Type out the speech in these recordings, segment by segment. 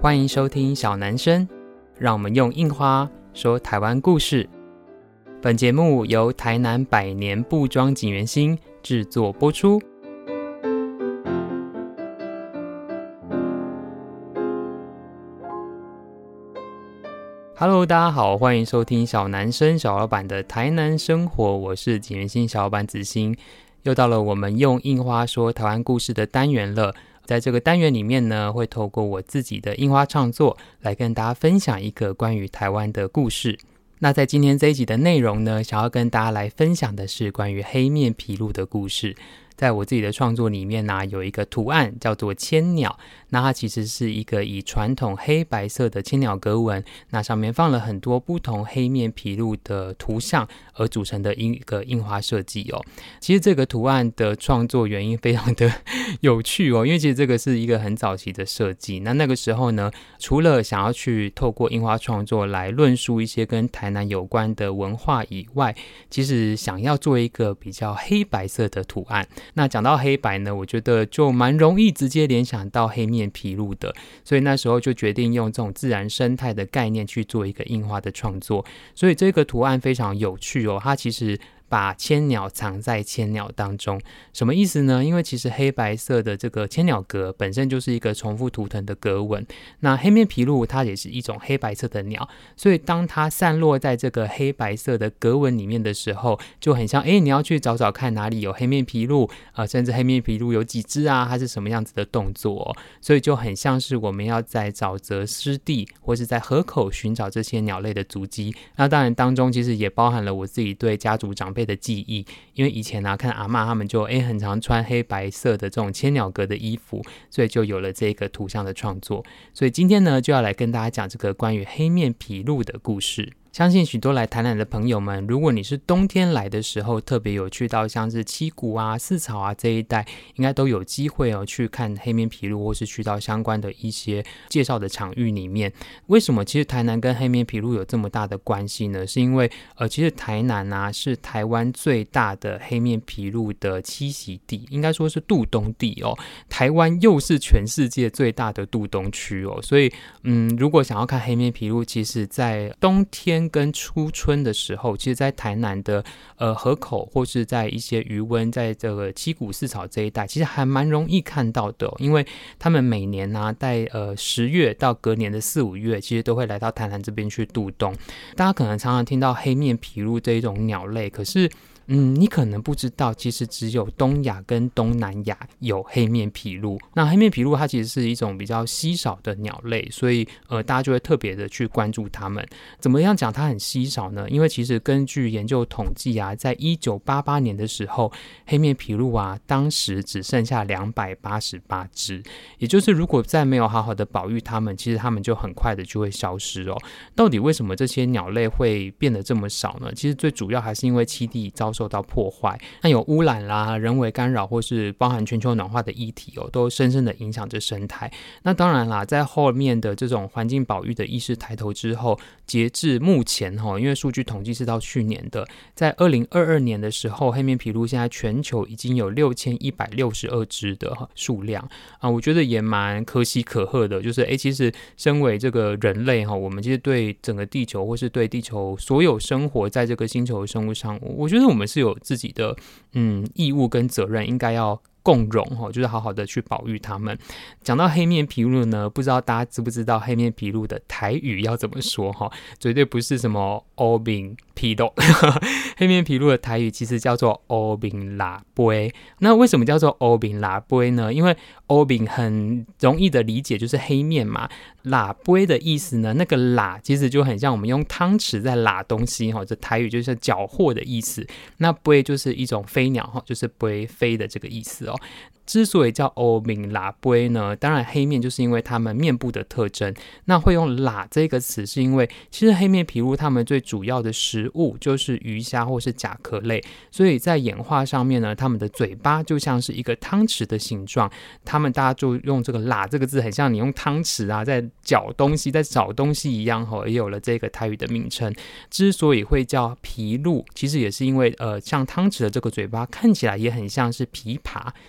欢迎收听小男生，让我们用印花说台湾故事。本节目由台南百年布庄景元兴制作播出。Hello， 大家好，欢迎收听小男生小老板的台南生活，我是景元兴小老板子兴。又到了我们用印花说台湾故事的单元了。在这个单元里面呢，会透过我自己的印花创作来跟大家分享一个关于台湾的故事。那在今天这一集的内容呢，想要跟大家来分享的是关于黑面琵鹭的故事。在我自己的创作里面呢，有一个图案叫做千鸟，那它其实是一个以传统黑白色的千鸟格纹，那上面放了很多不同黑面琵鹭的图像而组成的一个印花设计哦。其实这个图案的创作原因非常的有趣哦，因为其实这个是一个很早期的设计。那个时候呢，除了想要去透过印花创作来论述一些跟台南有关的文化以外，其实想要做一个比较黑白色的图案。那讲到黑白呢，我觉得就蛮容易直接联想到黑面琵鹭的，所以那时候就决定用这种自然生态的概念去做一个印花的创作。所以这个图案非常有趣哦，它其实把千鸟藏在千鸟当中。什么意思呢？因为其实黑白色的这个千鸟格本身就是一个重复图腾的格纹，那黑面琵鹭它也是一种黑白色的鸟，所以当它散落在这个黑白色的格纹里面的时候，就很像你要去找找看哪里有黑面琵鹭甚至黑面琵鹭有几只啊，它是什么样子的动作哦，所以就很像是我们要在沼泽湿地或是在河口寻找这些鸟类的足迹。那当然当中其实也包含了我自己对家族长辈的记忆，因为以前看阿嬷他们就很常穿黑白色的这种千鸟格的衣服，所以就有了这个图像的创作。所以今天呢，就要来跟大家讲这个关于黑面琵鹭的故事。相信许多来台南的朋友们，如果你是冬天来的时候，特别有去到像是七股啊、四草啊这一带，应该都有机会去看黑面琵鹭，或是去到相关的一些介绍的场域里面。为什么其实台南跟黑面琵鹭有这么大的关系呢？是因为其实台南是台湾最大的黑面琵鹭的栖息地，应该说是渡冬地哦。台湾又是全世界最大的渡冬区哦，所以如果想要看黑面琵鹭，其实在冬天跟初春的时候，其实在台南的河口或是在一些渔温，在这个七股四草这一带，其实还蛮容易看到的因为他们每年在10月到隔年的4、5月，其实都会来到台南这边去渡冬。大家可能常常听到黑面琵鹭这一种鸟类，可是你可能不知道，其实只有东亚跟东南亚有黑面琵鹭。那黑面琵鹭它其实是一种比较稀少的鸟类，所以大家就会特别的去关注它们。怎么样讲它很稀少呢？因为其实根据研究统计在1988年的时候，黑面琵鹭当时只剩下288只，也就是如果再没有好好的保育它们，其实它们就很快的就会消失哦。到底为什么这些鸟类会变得这么少呢？其实最主要还是因为栖地受到破坏，那有污染啦、人为干扰或是包含全球暖化的议题都深深的影响着生态。那当然啦，在后面的这种环境保育的意识抬头之后，截至目前因为数据统计是到去年的，在2022年的时候，黑面琵鹭现在全球已经有6162只的数量我觉得也蛮可喜可贺的。就是其实身为这个人类我们其实对整个地球或是对地球所有生活在这个星球的生物上，我觉得我们是有自己的义务跟责任，应该要共荣就是好好的去保育它们。讲到黑面琵鹭呢，不知道大家知不知道黑面琵鹭的台语要怎么说绝对不是什么黑面琵鹭黑面琵鹭的台语其实叫做黑面喇杯。那为什么叫做黑面喇杯呢？因为黑面很容易的理解就是黑面嘛，喇杯的意思呢，那个喇其实就很像我们用汤匙在喇东西这台语就是缴获的意思，那杯就是一种飞鸟就是杯飞的这个意思之所以叫黑面喇杯呢，当然黑面就是因为它们面部的特征，那会用喇这个词是因为其实黑面琵鹭它们最主要的食物就是鱼虾或是甲壳类，所以在演化上面呢，它们的嘴巴就像是一个汤匙的形状，它们大家就用这个喇这个字很像你用汤匙在搅东西在找东西一样也有了这个台语的名称。之所以会叫琵鹭，其实也是因为像汤匙的这个嘴巴看起来也很像是琵琶很像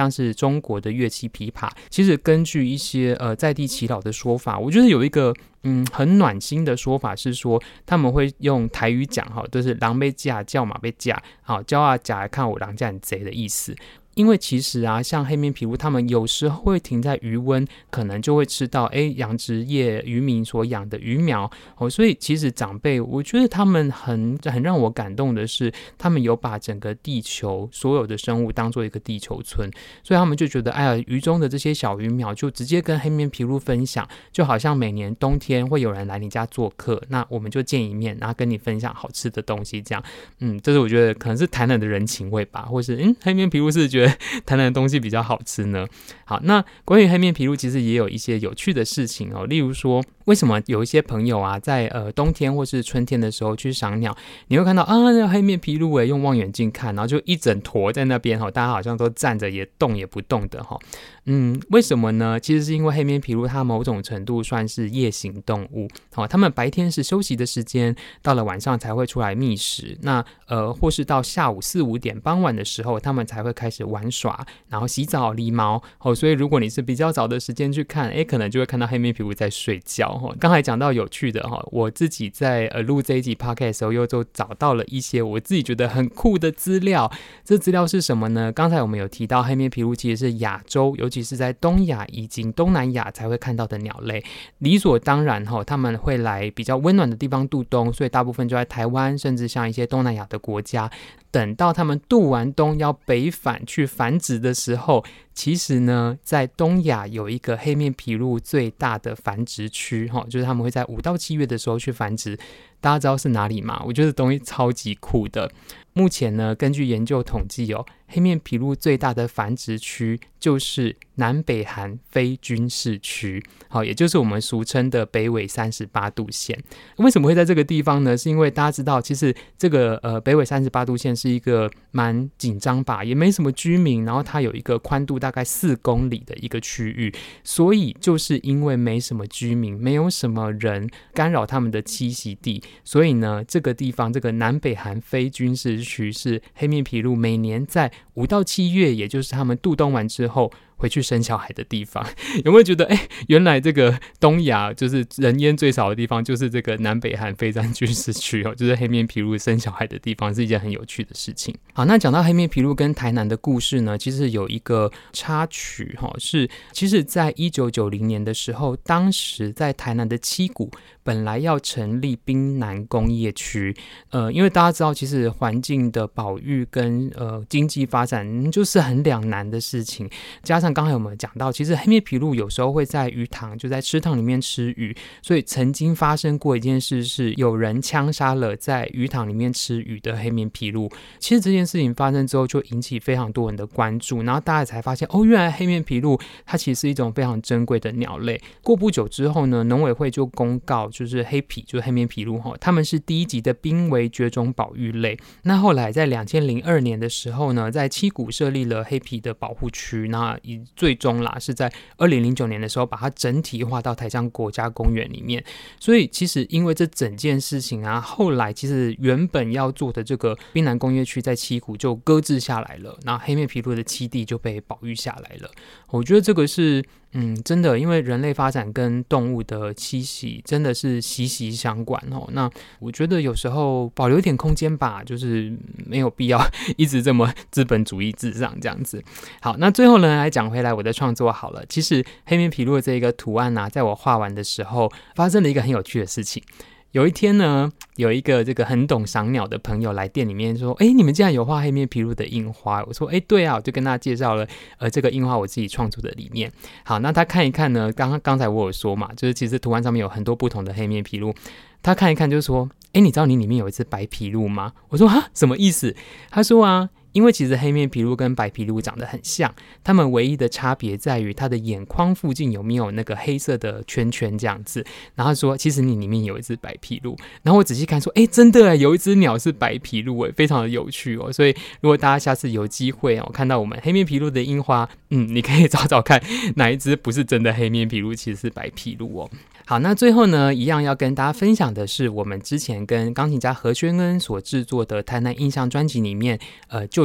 像是中国的乐器琵琶，其实根据一些在地耆老的说法，我觉得有一个很暖心的说法是说，他们会用台语讲就是狼被架，叫马被架，叫啊假来看我狼架很贼的意思。因为其实啊，像黑面琵鹭，他们有时候会停在渔温，可能就会吃到养殖业渔民所养的鱼苗所以其实长辈，我觉得他们很让我感动的是，他们有把整个地球所有的生物当做一个地球村，所以他们就觉得，哎呀，鱼中的这些小鱼苗就直接跟黑面琵鹭分享，就好像每年冬天会有人来你家做客，那我们就见一面，然后跟你分享好吃的东西，这样，这是我觉得可能是台南的人情味吧，或是黑面琵鹭是觉得台南的东西比较好吃呢。好，那关于黑面琵鹭其实也有一些有趣的事情例如说为什么有一些朋友啊在冬天或是春天的时候去赏鸟，你会看到那黑面琵鹭用望远镜看，然后就一整坨在那边大家好像都站着也动也不动的为什么呢？其实是因为黑面琵鹭它某种程度算是夜行动物它们白天是休息的时间，到了晚上才会出来觅食，那或是到下午4、5点傍晚的时候，它们才会开始玩耍，然后洗澡理毛所以如果你是比较早的时间去看，可能就会看到黑面琵鹭在睡觉刚才讲到有趣的我自己在录这一集 podcast 的时候又找到了一些我自己觉得很酷的资料。这资料是什么呢？刚才我们有提到黑面琵鹭其实是亚洲，尤其是在东亚以及东南亚才会看到的鸟类，理所当然他们会来比较温暖的地方度冬，所以大部分就在台湾，甚至像一些东南亚的国家。等到他们度完冬要北返去繁殖的时候，其实呢在东亚有一个黑面琵鹭最大的繁殖区就是他们会在5到7月的时候去繁殖。大家知道是哪里吗？我觉得东西超级酷的。目前呢根据研究统计黑面琵鹭最大的繁殖区就是南北韩非军事区，也就是我们俗称的北纬38度线。为什么会在这个地方呢？是因为大家知道其实这个北纬38度线是一个蛮紧张吧，也没什么居民，然后它有一个宽度大概4公里的一个区域，所以就是因为没什么居民，没有什么人干扰他们的栖息地，所以呢这个地方这个南北韩非军事区是黑面琵鹭每年在5到7月，也就是他们度冬完之后回去生小孩的地方。有没有觉得原来这个东亚就是人烟最少的地方就是这个南北韩非战军事区就是黑面琵鹭生小孩的地方，是一件很有趣的事情。好，那讲到黑面琵鹭跟台南的故事呢，其实有一个插曲是其实在1990年的时候，当时在台南的七股本来要成立滨南工业区，因为大家知道其实环境的保育跟经济发展就是很两难的事情，加上刚才我们讲到其实黑面琵鹭有时候会在鱼塘就在池塘里面吃鱼，所以曾经发生过一件事是有人枪杀了在鱼塘里面吃鱼的黑面琵鹭。其实这件事情发生之后就引起非常多人的关注，然后大家才发现原来黑面琵鹭它其实是一种非常珍贵的鸟类。过不久之后呢，农委会就公告就是黑琵就是黑面琵鹭他们是第1级的濒危绝种保育类。那后来在2002年的时候呢，在七股设立了黑琵的保护区，那最终啦是在2009年的时候把它整体划到台江国家公园里面。所以其实因为这整件事情啊，后来其实原本要做的这个滨南工业区在七股就搁置下来了，那黑面琵鹭的栖地就被保育下来了。我觉得这个是真的，因为人类发展跟动物的栖息真的是息息相关那我觉得有时候保留一点空间吧，就是没有必要一直这么资本主义至上这样子。好，那最后呢来讲回来我的创作好了。其实黑面琵鹭的这个图案在我画完的时候发生了一个很有趣的事情。有一天呢，有一个这个很懂赏鸟的朋友来店里面说，你们竟然有画黑面琵鹭的印花？我说对啊，我就跟他介绍了这个印花我自己创作的理念。好，那他看一看呢，刚才我有说嘛，就是其实图案上面有很多不同的黑面琵鹭，他看一看就说你知道你里面有一只白琵鹭吗？我说什么意思？他说因为其实黑面琵鹭跟白琵鹭长得很像，它们唯一的差别在于它的眼眶附近有没有那个黑色的圈圈这样子。然后说其实你里面有一只白琵鹭，然后我仔细看说真的有一只鸟是白琵鹭非常的有趣所以如果大家下次有机会看到我们黑面琵鹭的樱花，你可以找找看哪一只不是真的黑面琵鹭，其实是白琵鹭好，那最后呢一样要跟大家分享的是我们之前跟钢琴家何宣恩所制作的台南印象专辑里面就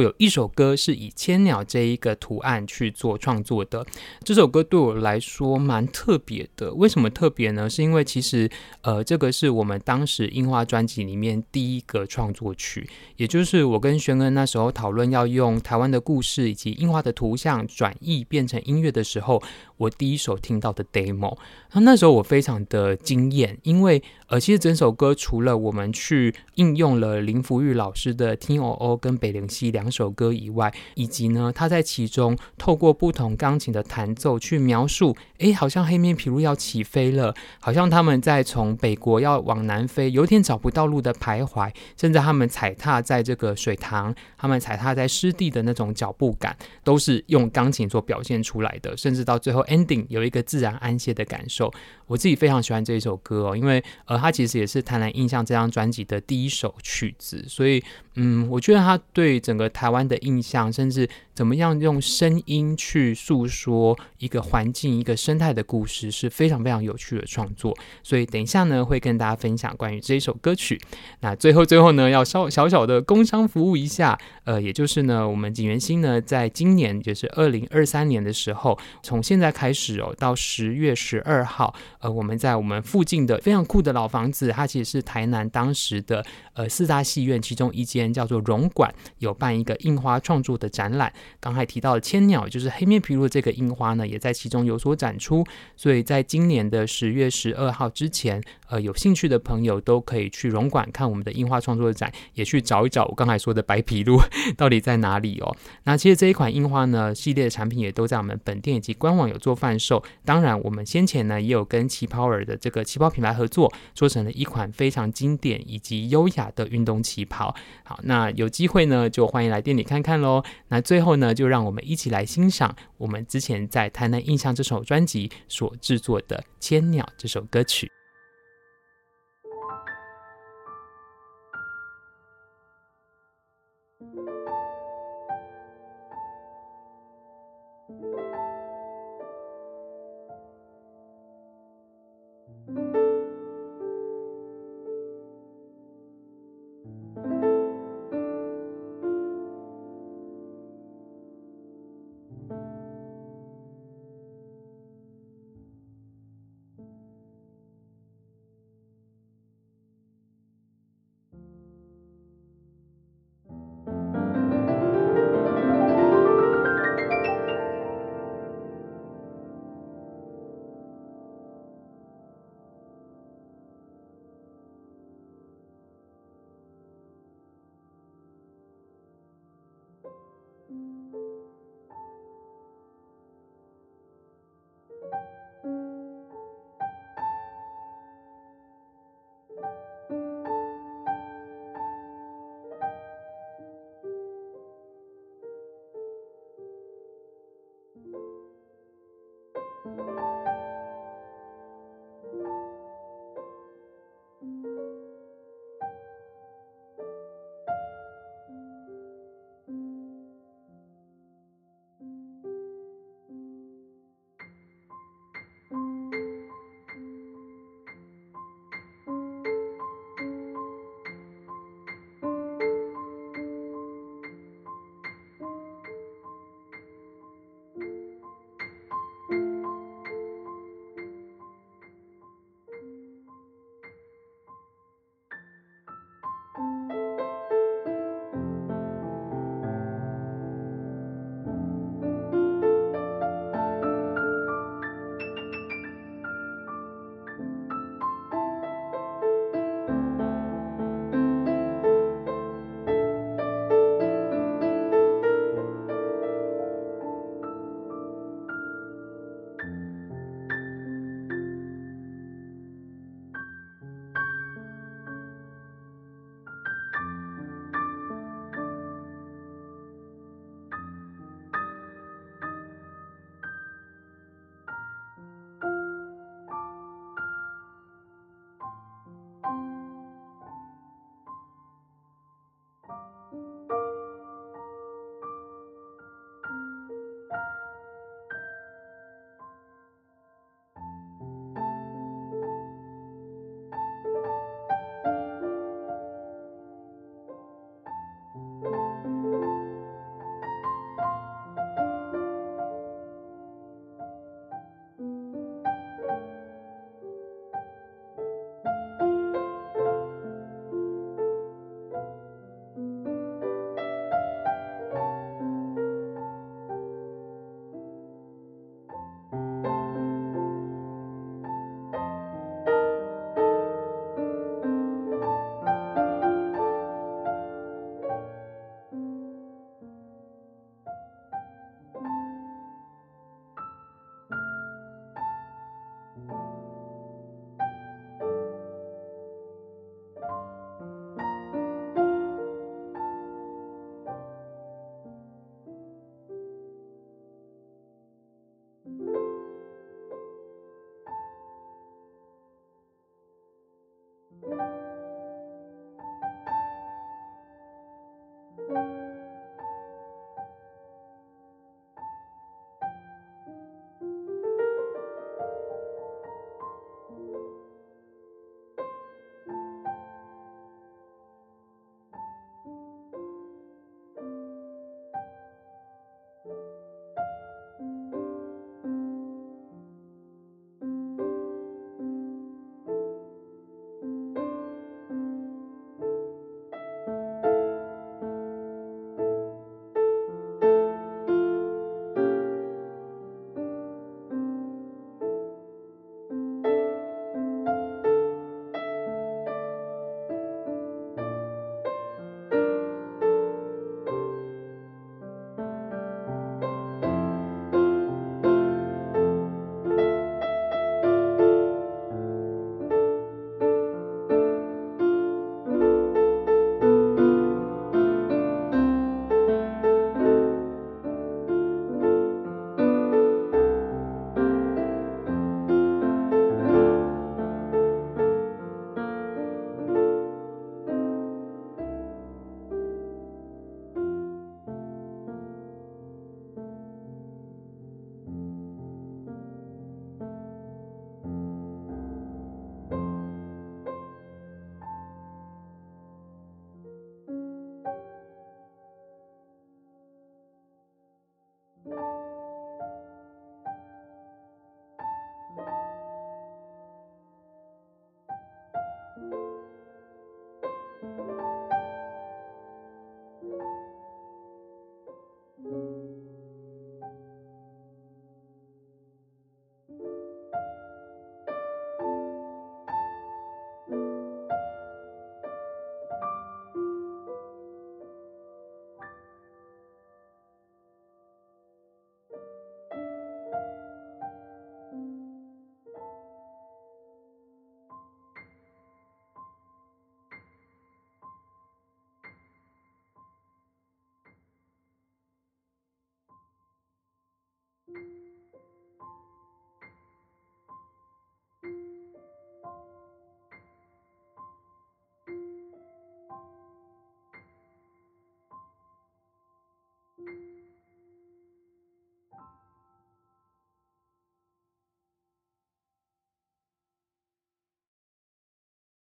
就有一首歌是以千鸟这一个图案去做创作的。这首歌对我来说蛮特别的，为什么特别呢？是因为其实这个是我们当时樱花专辑里面第一个创作曲，也就是我跟轩恩那时候讨论要用台湾的故事以及樱花的图像转译变成音乐的时候，我第一首听到的 demo。那时候我非常的惊艳，因为其实整首歌除了我们去应用了林福玉老师的《听哦哦》跟《北灵西》2首歌以外，以及呢他在其中透过不同钢琴的弹奏去描述，好像黑面琵鹭要起飞了，好像他们在从北国要往南飞，有点找不到路的徘徊，甚至他们踩踏在这个水塘，他们踩踏在湿地的那种脚步感，都是用钢琴所表现出来的，甚至到最后 ending 有一个自然安歇的感受。我自己非常喜欢这一首歌因为它其实也是台南印象这张专辑的第一首曲子，所以我觉得它对整个台湾的印象，甚至怎么样用声音去诉说一个环境一个生态的故事，是非常非常有趣的创作。所以等一下呢会跟大家分享关于这一首歌曲。那最后呢要小小的工商服务一下，也就是呢我们锦源兴呢在今年就是2023年的时候，从现在开始到10月12号，我们在我们附近的非常酷的老房子，它其实是台南当时的4大戏院其中一间叫做荣馆，有办一个樱花创作的展览。刚才提到的千鸟就是黑面琵鹭的这个樱花呢，也在其中有所展出。所以在今年的10月12号之前，有兴趣的朋友都可以去荣馆看我们的樱花创作展，也去找一找我刚才说的白琵鹭到底在哪里那其实这一款樱花呢系列的产品也都在我们本店以及官网有做贩售。当然我们先前呢也有跟旗袍尔的这个旗袍品牌合作，做成了一款非常经典以及优雅的运动旗袍。好，那有机会呢就欢迎来店里看看咯。那最后呢就让我们一起来欣赏我们之前在台南印象这首专辑所制作的《千鸟》这首歌曲。